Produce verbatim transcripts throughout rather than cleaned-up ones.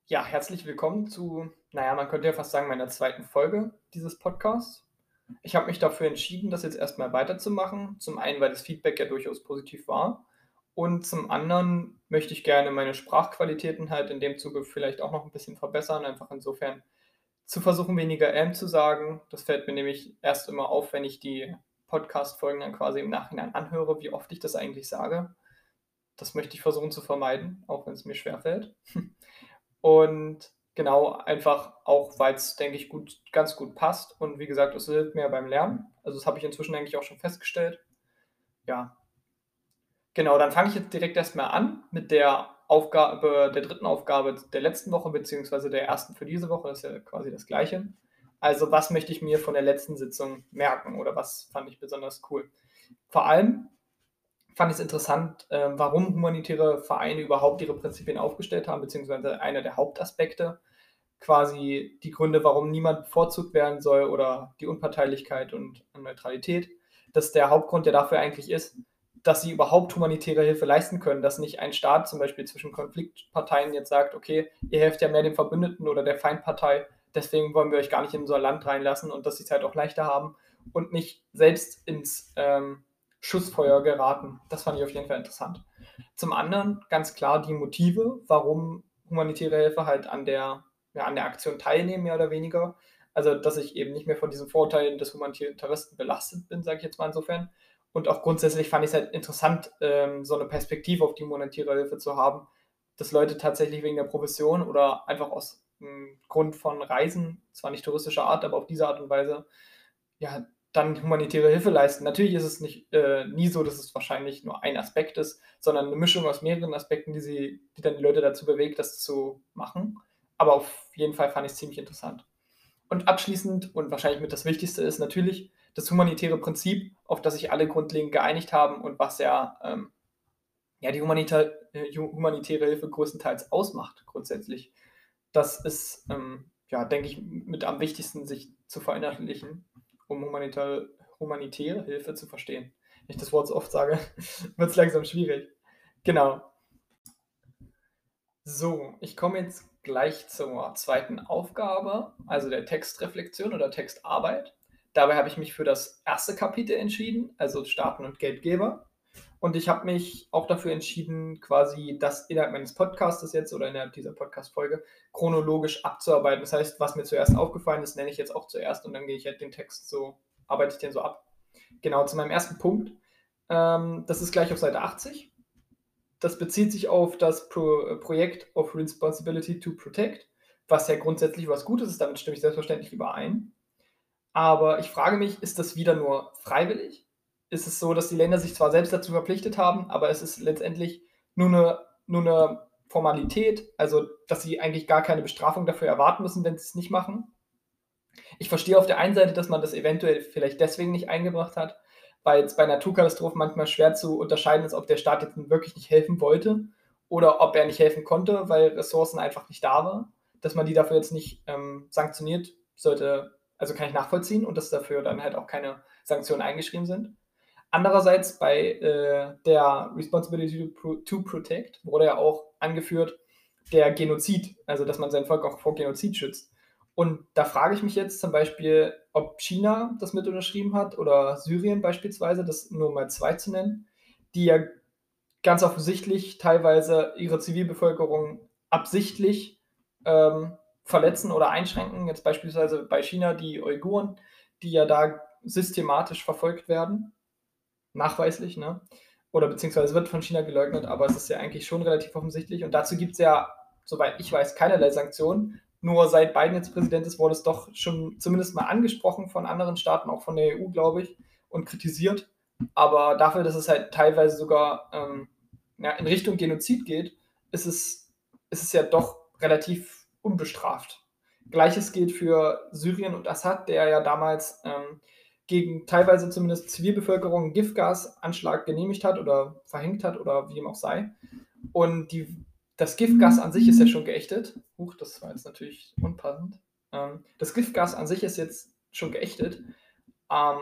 Ja, herzlich willkommen zu, naja, man könnte ja fast sagen, meiner zweiten Folge dieses Podcasts. Ich habe mich dafür entschieden, das jetzt erstmal weiterzumachen. Zum einen, weil das Feedback ja durchaus positiv war. Und zum anderen möchte ich gerne meine Sprachqualitäten halt in dem Zuge vielleicht auch noch ein bisschen verbessern. Einfach insofern zu versuchen, weniger ähm zu sagen. Das fällt mir nämlich erst immer auf, wenn ich die Podcast-Folgen dann quasi im Nachhinein anhöre, wie oft ich das eigentlich sage. Das möchte ich versuchen zu vermeiden, auch wenn es mir schwerfällt. Und genau, einfach auch, weil es, denke ich, gut ganz gut passt und wie gesagt, es hilft mir beim Lernen. Also, das habe ich inzwischen eigentlich auch schon festgestellt. Ja, genau, dann fange ich jetzt direkt erst mal an mit der Aufgabe der dritten Aufgabe der letzten Woche beziehungsweise der ersten für diese Woche. Das ist ja quasi das Gleiche. Also, was möchte ich mir von der letzten Sitzung merken oder was fand ich besonders cool? Vor allem fand ich es interessant, ähm, warum humanitäre Vereine überhaupt ihre Prinzipien aufgestellt haben, beziehungsweise einer der Hauptaspekte, quasi die Gründe, warum niemand bevorzugt werden soll oder die Unparteilichkeit und Neutralität, dass der Hauptgrund, der dafür eigentlich ist, dass sie überhaupt humanitäre Hilfe leisten können, dass nicht ein Staat zum Beispiel zwischen Konfliktparteien jetzt sagt, okay, ihr helft ja mehr dem Verbündeten oder der Feindpartei, deswegen wollen wir euch gar nicht in unser Land reinlassen und dass sie es halt auch leichter haben und nicht selbst ins ähm, Schussfeuer geraten. Das fand ich auf jeden Fall interessant. Zum anderen ganz klar die Motive, warum humanitäre Hilfe halt an der ja, an der Aktion teilnehmen, mehr oder weniger. Also, dass ich eben nicht mehr von diesen Vorurteilen des Humanitaristen belastet bin, sage ich jetzt mal insofern. Und auch grundsätzlich fand ich es halt interessant, ähm, so eine Perspektive auf die humanitäre Hilfe zu haben, dass Leute tatsächlich wegen der Profession oder einfach aus hm, Grund von Reisen, zwar nicht touristischer Art, aber auf diese Art und Weise, ja, dann humanitäre Hilfe leisten. Natürlich ist es nicht äh, nie so, dass es wahrscheinlich nur ein Aspekt ist, sondern eine Mischung aus mehreren Aspekten, die sie die dann die Leute dazu bewegt, das zu machen. Aber auf jeden Fall fand ich's ziemlich interessant. Und abschließend und wahrscheinlich mit das Wichtigste ist natürlich das humanitäre Prinzip, auf das sich alle grundlegend geeinigt haben und was ja, ähm, ja die humanita äh, humanitäre Hilfe größtenteils ausmacht grundsätzlich. Das ist, ähm, ja, denke ich, mit am wichtigsten, sich zu verinnerlichen, um humanitäre, humanitäre Hilfe zu verstehen. Wenn ich das Wort so oft sage, wird es langsam schwierig. Genau. So, ich komme jetzt gleich zur zweiten Aufgabe, also der Textreflexion oder Textarbeit. Dabei habe ich mich für das erste Kapitel entschieden, also Staaten und Geldgeber. Und ich habe mich auch dafür entschieden, quasi das innerhalb meines Podcastes jetzt oder innerhalb dieser Podcast-Folge chronologisch abzuarbeiten. Das heißt, was mir zuerst aufgefallen ist, nenne ich jetzt auch zuerst und dann gehe ich halt den Text so, arbeite ich den so ab. Genau, zu meinem ersten Punkt. Ähm, das ist gleich auf Seite achtzig. Das bezieht sich auf das Pro Projekt of Responsibility to Protect, was ja grundsätzlich was Gutes ist, damit stimme ich selbstverständlich überein. Aber ich frage mich, ist das wieder nur freiwillig? Ist es so, dass die Länder sich zwar selbst dazu verpflichtet haben, aber es ist letztendlich nur eine, nur eine Formalität, also dass sie eigentlich gar keine Bestrafung dafür erwarten müssen, wenn sie es nicht machen? Ich verstehe auf der einen Seite, dass man das eventuell vielleicht deswegen nicht eingebracht hat, weil es bei Naturkatastrophen manchmal schwer zu unterscheiden ist, ob der Staat jetzt wirklich nicht helfen wollte oder ob er nicht helfen konnte, weil Ressourcen einfach nicht da waren. Dass man die dafür jetzt nicht ähm, sanktioniert, sollte, also kann ich nachvollziehen und dass dafür dann halt auch keine Sanktionen eingeschrieben sind. Andererseits bei äh, der Responsibility to, Pro to Protect wurde ja auch angeführt der Genozid, also dass man sein Volk auch vor Genozid schützt. Und da frage ich mich jetzt zum Beispiel, ob China das mit unterschrieben hat oder Syrien beispielsweise, das nur mal zwei zu nennen, die ja ganz offensichtlich teilweise ihre Zivilbevölkerung absichtlich ähm, verletzen oder einschränken. Jetzt beispielsweise bei China die Uiguren, die ja da systematisch verfolgt werden, nachweislich, ne? Oder beziehungsweise wird von China geleugnet, aber es ist ja eigentlich schon relativ offensichtlich. Und dazu gibt es ja, soweit ich weiß, keinerlei Sanktionen. Nur seit Biden jetzt Präsident ist, wurde es doch schon zumindest mal angesprochen von anderen Staaten, auch von der E U, glaube ich, und kritisiert. Aber dafür, dass es halt teilweise sogar ähm, ja, in Richtung Genozid geht, ist es, ist es ja doch relativ unbestraft. Gleiches gilt für Syrien und Assad, der ja damals ähm, gegen teilweise zumindest Zivilbevölkerung einen Giftgasanschlag genehmigt hat oder verhängt hat oder wie ihm auch sei. Und die, das Giftgas an sich ist ja schon geächtet. Huch, das war jetzt natürlich unpassend. Ähm, das Giftgas an sich ist jetzt schon geächtet. Ähm,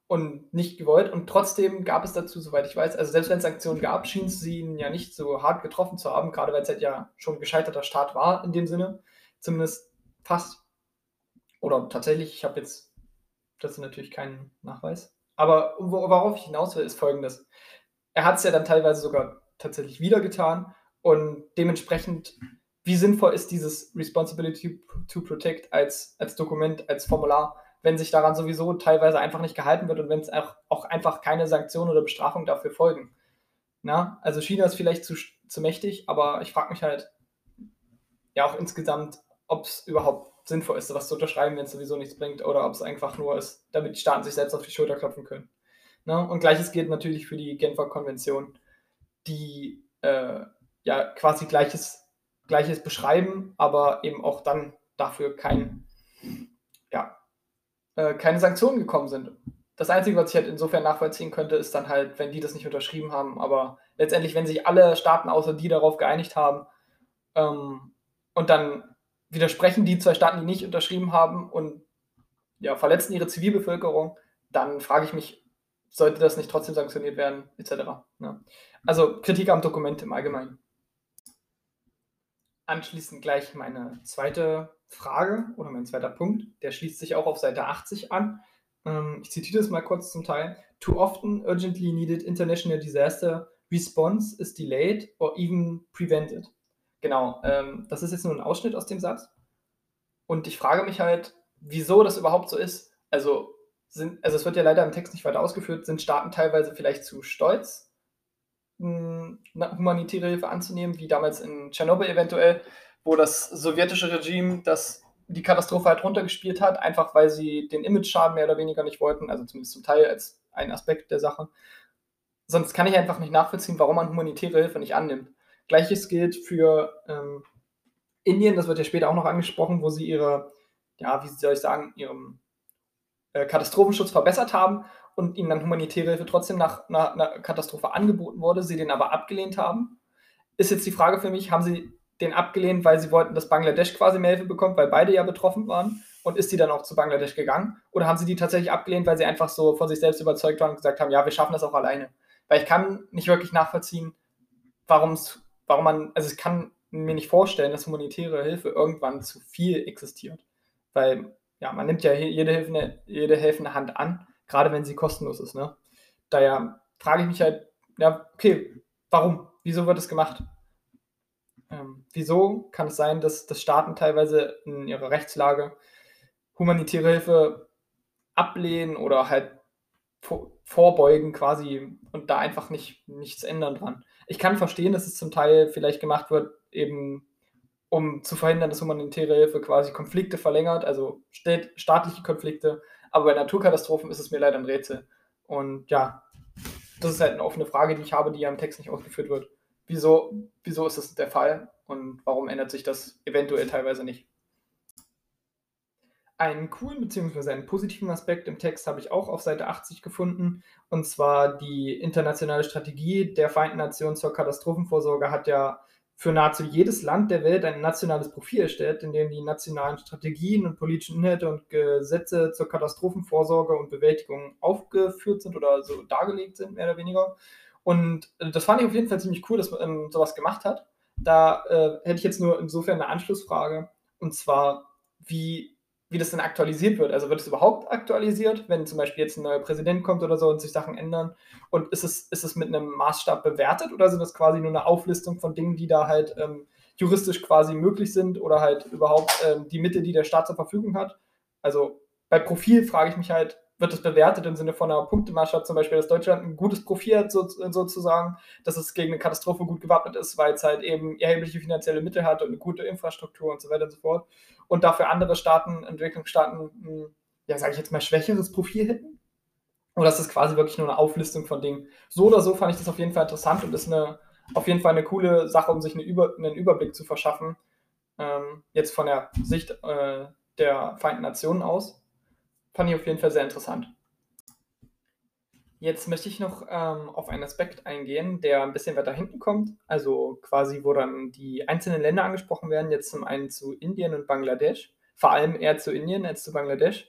und nicht gewollt. Und trotzdem gab es dazu, soweit ich weiß, also selbst wenn es Sanktionen gab, schien es sie ihn ja nicht so hart getroffen zu haben, gerade weil es halt ja schon ein gescheiterter Staat war in dem Sinne, zumindest fast. Oder tatsächlich, ich habe jetzt dazu natürlich keinen Nachweis. Aber wo, worauf ich hinaus will, ist folgendes. Er hat es ja dann teilweise sogar tatsächlich wieder getan und dementsprechend, wie sinnvoll ist dieses Responsibility to Protect als, als Dokument, als Formular, wenn sich daran sowieso teilweise einfach nicht gehalten wird und wenn es auch, auch einfach keine Sanktionen oder Bestrafung dafür folgen. Na? Also China ist vielleicht zu, zu mächtig, aber ich frage mich halt ja auch insgesamt, ob es überhaupt sinnvoll ist, sowas zu unterschreiben, wenn es sowieso nichts bringt, oder ob es einfach nur ist, damit die Staaten sich selbst auf die Schulter klopfen können. Ne? Und gleiches gilt natürlich für die Genfer Konvention, die äh, ja quasi gleiches, gleiches beschreiben, aber eben auch dann dafür kein, ja, äh, keine Sanktionen gekommen sind. Das Einzige, was ich halt insofern nachvollziehen könnte, ist dann halt, wenn die das nicht unterschrieben haben, aber letztendlich, wenn sich alle Staaten außer die darauf geeinigt haben, ähm, und dann widersprechen die zwei Staaten, die nicht unterschrieben haben und ja, verletzen ihre Zivilbevölkerung, dann frage ich mich, sollte das nicht trotzdem sanktioniert werden, et cetera. Ja. Also Kritik am Dokument im Allgemeinen. Anschließend gleich meine zweite Frage oder mein zweiter Punkt, der schließt sich auch auf Seite achtzig an. Ähm, ich zitiere das mal kurz zum Teil. Too often urgently needed international disaster response is delayed or even prevented. Genau, ähm, das ist jetzt nur ein Ausschnitt aus dem Satz. Und ich frage mich halt, wieso das überhaupt so ist. Also, sind, also es wird ja leider im Text nicht weiter ausgeführt, sind Staaten teilweise vielleicht zu stolz, mh, humanitäre Hilfe anzunehmen, wie damals in Tschernobyl eventuell, wo das sowjetische Regime das, die Katastrophe halt runtergespielt hat, einfach weil sie den Image-Schaden mehr oder weniger nicht wollten, also zumindest zum Teil als ein Aspekt der Sache. Sonst kann ich einfach nicht nachvollziehen, warum man humanitäre Hilfe nicht annimmt. Gleiches gilt für ähm, Indien, das wird ja später auch noch angesprochen, wo sie ihre, ja, wie soll ich sagen, ihren äh, Katastrophenschutz verbessert haben und ihnen dann humanitäre Hilfe trotzdem nach einer, einer Katastrophe angeboten wurde, sie den aber abgelehnt haben. Ist jetzt die Frage für mich, haben sie den abgelehnt, weil sie wollten, dass Bangladesch quasi mehr Hilfe bekommt, weil beide ja betroffen waren? Und ist die dann auch zu Bangladesch gegangen? Oder haben sie die tatsächlich abgelehnt, weil sie einfach so von sich selbst überzeugt waren und gesagt haben, ja, wir schaffen das auch alleine? Weil ich kann nicht wirklich nachvollziehen, warum's, warum man, also ich kann mir nicht vorstellen, dass humanitäre Hilfe irgendwann zu viel existiert. Weil, ja, man nimmt ja jede helfende, jede helfende Hand an, gerade wenn sie kostenlos ist. Ne? Daher frage ich mich halt, ja, okay, warum? Wieso wird das gemacht? Ähm, wieso kann es sein, dass, dass Staaten teilweise in ihrer Rechtslage humanitäre Hilfe ablehnen oder halt vor, vorbeugen quasi und da einfach nicht, nichts ändern dran? Ich kann verstehen, dass es zum Teil vielleicht gemacht wird, eben um zu verhindern, dass humanitäre Hilfe quasi Konflikte verlängert, also staatliche Konflikte. Aber bei Naturkatastrophen ist es mir leider ein Rätsel. Und ja, das ist halt eine offene Frage, die ich habe, die ja im Text nicht ausgeführt wird. Wieso, wieso ist das der Fall und warum ändert sich das eventuell teilweise nicht? Einen coolen bzw. einen positiven Aspekt im Text habe ich auch auf Seite achtzig gefunden. Und zwar die internationale Strategie der Vereinten Nationen zur Katastrophenvorsorge hat ja für nahezu jedes Land der Welt ein nationales Profil erstellt, in dem die nationalen Strategien und politischen Inhalte und Gesetze zur Katastrophenvorsorge und Bewältigung aufgeführt sind oder so dargelegt sind, mehr oder weniger. Und das fand ich auf jeden Fall ziemlich cool, dass man ähm, sowas gemacht hat. Da äh, hätte ich jetzt nur insofern eine Anschlussfrage. Und zwar, wie wie das dann aktualisiert wird. Also wird es überhaupt aktualisiert, wenn zum Beispiel jetzt ein neuer Präsident kommt oder so und sich Sachen ändern? Und ist es, ist es mit einem Maßstab bewertet oder sind das quasi nur eine Auflistung von Dingen, die da halt ähm, juristisch quasi möglich sind oder halt überhaupt ähm, die Mittel, die der Staat zur Verfügung hat? Also bei Profil frage ich mich halt, wird das bewertet im Sinne von einer Punktemaßstab, zum Beispiel, dass Deutschland ein gutes Profil hat, so, sozusagen, dass es gegen eine Katastrophe gut gewappnet ist, weil es halt eben erhebliche finanzielle Mittel hat und eine gute Infrastruktur und so weiter und so fort. Und dafür andere Staaten, Entwicklungsstaaten, ein, ja, sage ich jetzt mal, schwächeres Profil hätten? Oder ist das quasi wirklich nur eine Auflistung von Dingen? So oder so fand ich das auf jeden Fall interessant und ist eine, auf jeden Fall eine coole Sache, um sich eine Über, einen Überblick zu verschaffen. Ähm, jetzt von der Sicht äh, der Vereinten Nationen aus. Fand ich auf jeden Fall sehr interessant. Jetzt möchte ich noch ähm, auf einen Aspekt eingehen, der ein bisschen weiter hinten kommt. Also quasi, wo dann die einzelnen Länder angesprochen werden. Jetzt zum einen zu Indien und Bangladesch. Vor allem eher zu Indien als zu Bangladesch.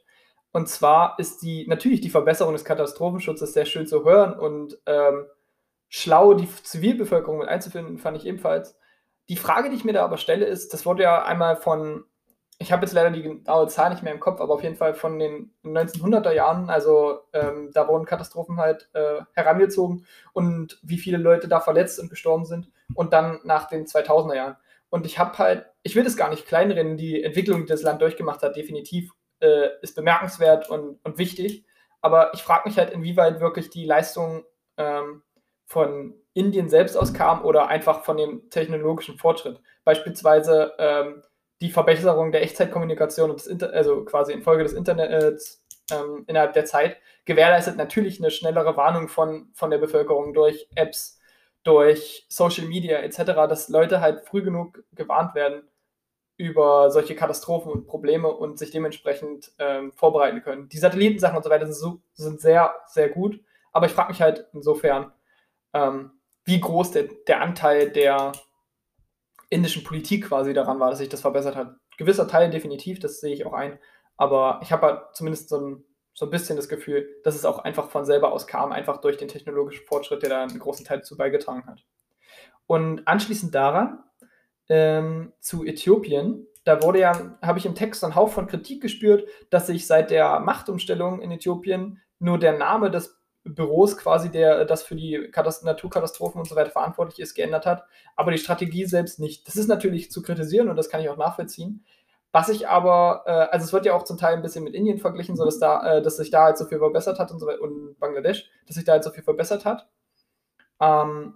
Und zwar ist die natürlich die Verbesserung des Katastrophenschutzes sehr schön zu hören und ähm, schlau, die Zivilbevölkerung mit einzufinden, fand ich ebenfalls. Die Frage, die ich mir da aber stelle, ist, das wurde ja einmal von, ich habe jetzt leider die genaue Zahl nicht mehr im Kopf, aber auf jeden Fall von den neunzehnhunderter Jahren, also ähm, da wurden Katastrophen halt äh, herangezogen und wie viele Leute da verletzt und gestorben sind und dann nach den zweitausender Jahren. Und ich habe halt, ich will das gar nicht kleinreden, die Entwicklung, die das Land durchgemacht hat, definitiv äh, ist bemerkenswert und, und wichtig. Aber ich frage mich halt, inwieweit wirklich die Leistung ähm, von Indien selbst aus kam oder einfach von dem technologischen Fortschritt. Beispielsweise ähm, die Verbesserung der Echtzeitkommunikation und des Inter also quasi infolge des Internets ähm, innerhalb der Zeit gewährleistet natürlich eine schnellere Warnung von, von der Bevölkerung durch Apps, durch Social Media et cetera, dass Leute halt früh genug gewarnt werden über solche Katastrophen und Probleme und sich dementsprechend ähm, vorbereiten können. Die Satellitensachen und so weiter sind, so, sind sehr, sehr gut, aber ich frage mich halt insofern, ähm, wie groß der, der Anteil der indischen Politik quasi daran war, dass sich das verbessert hat. Gewisser Teil definitiv, das sehe ich auch ein, aber ich habe halt zumindest so ein, so ein bisschen das Gefühl, dass es auch einfach von selber aus kam, einfach durch den technologischen Fortschritt, der da einen großen Teil dazu beigetragen hat. Und anschließend daran ähm, zu Äthiopien, da wurde ja, habe ich im Text einen Hauch von Kritik gespürt, dass sich seit der Machtumstellung in Äthiopien nur der Name des Büros quasi, der das für die Katast- Naturkatastrophen und so weiter verantwortlich ist, geändert hat, aber die Strategie selbst nicht. Das ist natürlich zu kritisieren und das kann ich auch nachvollziehen. Was ich aber, äh, also es wird ja auch zum Teil ein bisschen mit Indien verglichen, so dass da, äh, dass sich da halt so viel verbessert hat und so weiter, und Bangladesch, dass sich da halt so viel verbessert hat. Ähm,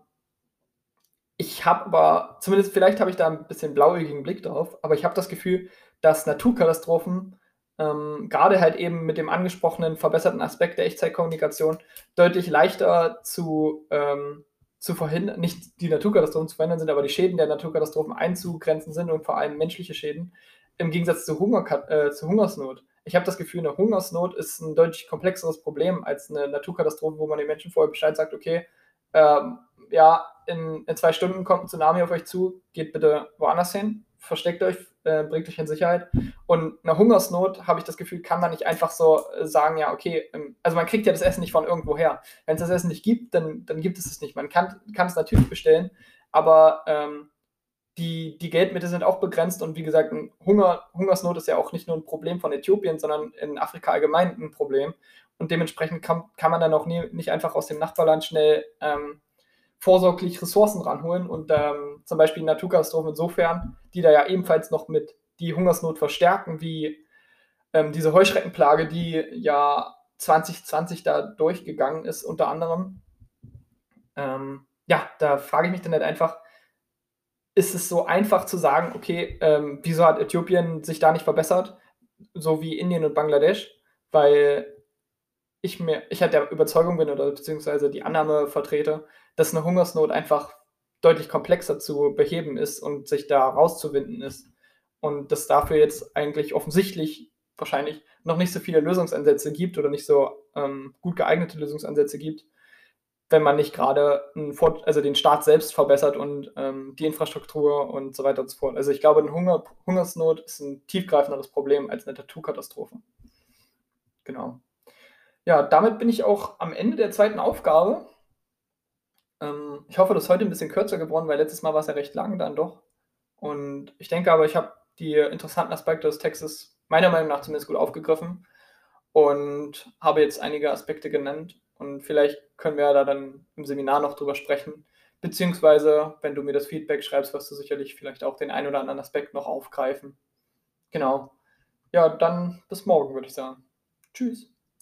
ich habe aber, zumindest vielleicht habe ich da ein bisschen blauäugigen Blick drauf, aber ich habe das Gefühl, dass Naturkatastrophen ähm, gerade halt eben mit dem angesprochenen verbesserten Aspekt der Echtzeitkommunikation deutlich leichter zu, ähm, zu verhindern, nicht die Naturkatastrophen zu verhindern sind, aber die Schäden der Naturkatastrophen einzugrenzen sind und vor allem menschliche Schäden, im Gegensatz zu, Hunger, äh, zu Hungersnot. Ich habe das Gefühl, eine Hungersnot ist ein deutlich komplexeres Problem als eine Naturkatastrophe, wo man den Menschen vorher Bescheid sagt, okay, ähm, ja, in, in zwei Stunden kommt ein Tsunami auf euch zu, geht bitte woanders hin, versteckt euch, äh, bringt euch in Sicherheit. Und eine Hungersnot, habe ich das Gefühl, kann man nicht einfach so äh, sagen, ja, okay, ähm, also man kriegt ja das Essen nicht von irgendwo her. Wenn es das Essen nicht gibt, dann, dann gibt es es nicht. Man kann, kann es natürlich bestellen, aber ähm, die, die Geldmittel sind auch begrenzt und wie gesagt, ein Hunger, Hungersnot ist ja auch nicht nur ein Problem von Äthiopien, sondern in Afrika allgemein ein Problem. Und dementsprechend kann, kann man dann auch nie, nicht einfach aus dem Nachbarland schnell ähm, vorsorglich Ressourcen ranholen und ähm, zum Beispiel Naturkatastrophen insofern, die da ja ebenfalls noch mit die Hungersnot verstärken, wie ähm, diese Heuschreckenplage, die ja zwanzig zwanzig da durchgegangen ist, unter anderem. Ähm, ja, da frage ich mich dann halt einfach, ist es so einfach zu sagen, okay, ähm, wieso hat Äthiopien sich da nicht verbessert, so wie Indien und Bangladesch? Weil ich mir, ich halt der Überzeugung bin oder beziehungsweise die Annahme vertrete, dass eine Hungersnot einfach deutlich komplexer zu beheben ist und sich da rauszuwinden ist. Und dass dafür jetzt eigentlich offensichtlich wahrscheinlich noch nicht so viele Lösungsansätze gibt oder nicht so ähm, gut geeignete Lösungsansätze gibt, wenn man nicht gerade also den Staat selbst verbessert und ähm, die Infrastruktur und so weiter und so fort. Also ich glaube, eine Hunger, Hungersnot ist ein tiefgreifenderes Problem als eine Naturkatastrophe. Genau. Ja, damit bin ich auch am Ende der zweiten Aufgabe. Ähm, ich hoffe, das ist heute ein bisschen kürzer geworden, weil letztes Mal war es ja recht lang dann doch. Und ich denke aber, ich habe die interessanten Aspekte des Textes meiner Meinung nach zumindest gut aufgegriffen und habe jetzt einige Aspekte genannt. Und vielleicht können wir da dann im Seminar noch drüber sprechen. Beziehungsweise, wenn du mir das Feedback schreibst, wirst du sicherlich vielleicht auch den einen oder anderen Aspekt noch aufgreifen. Genau. Ja, dann bis morgen, würde ich sagen. Tschüss.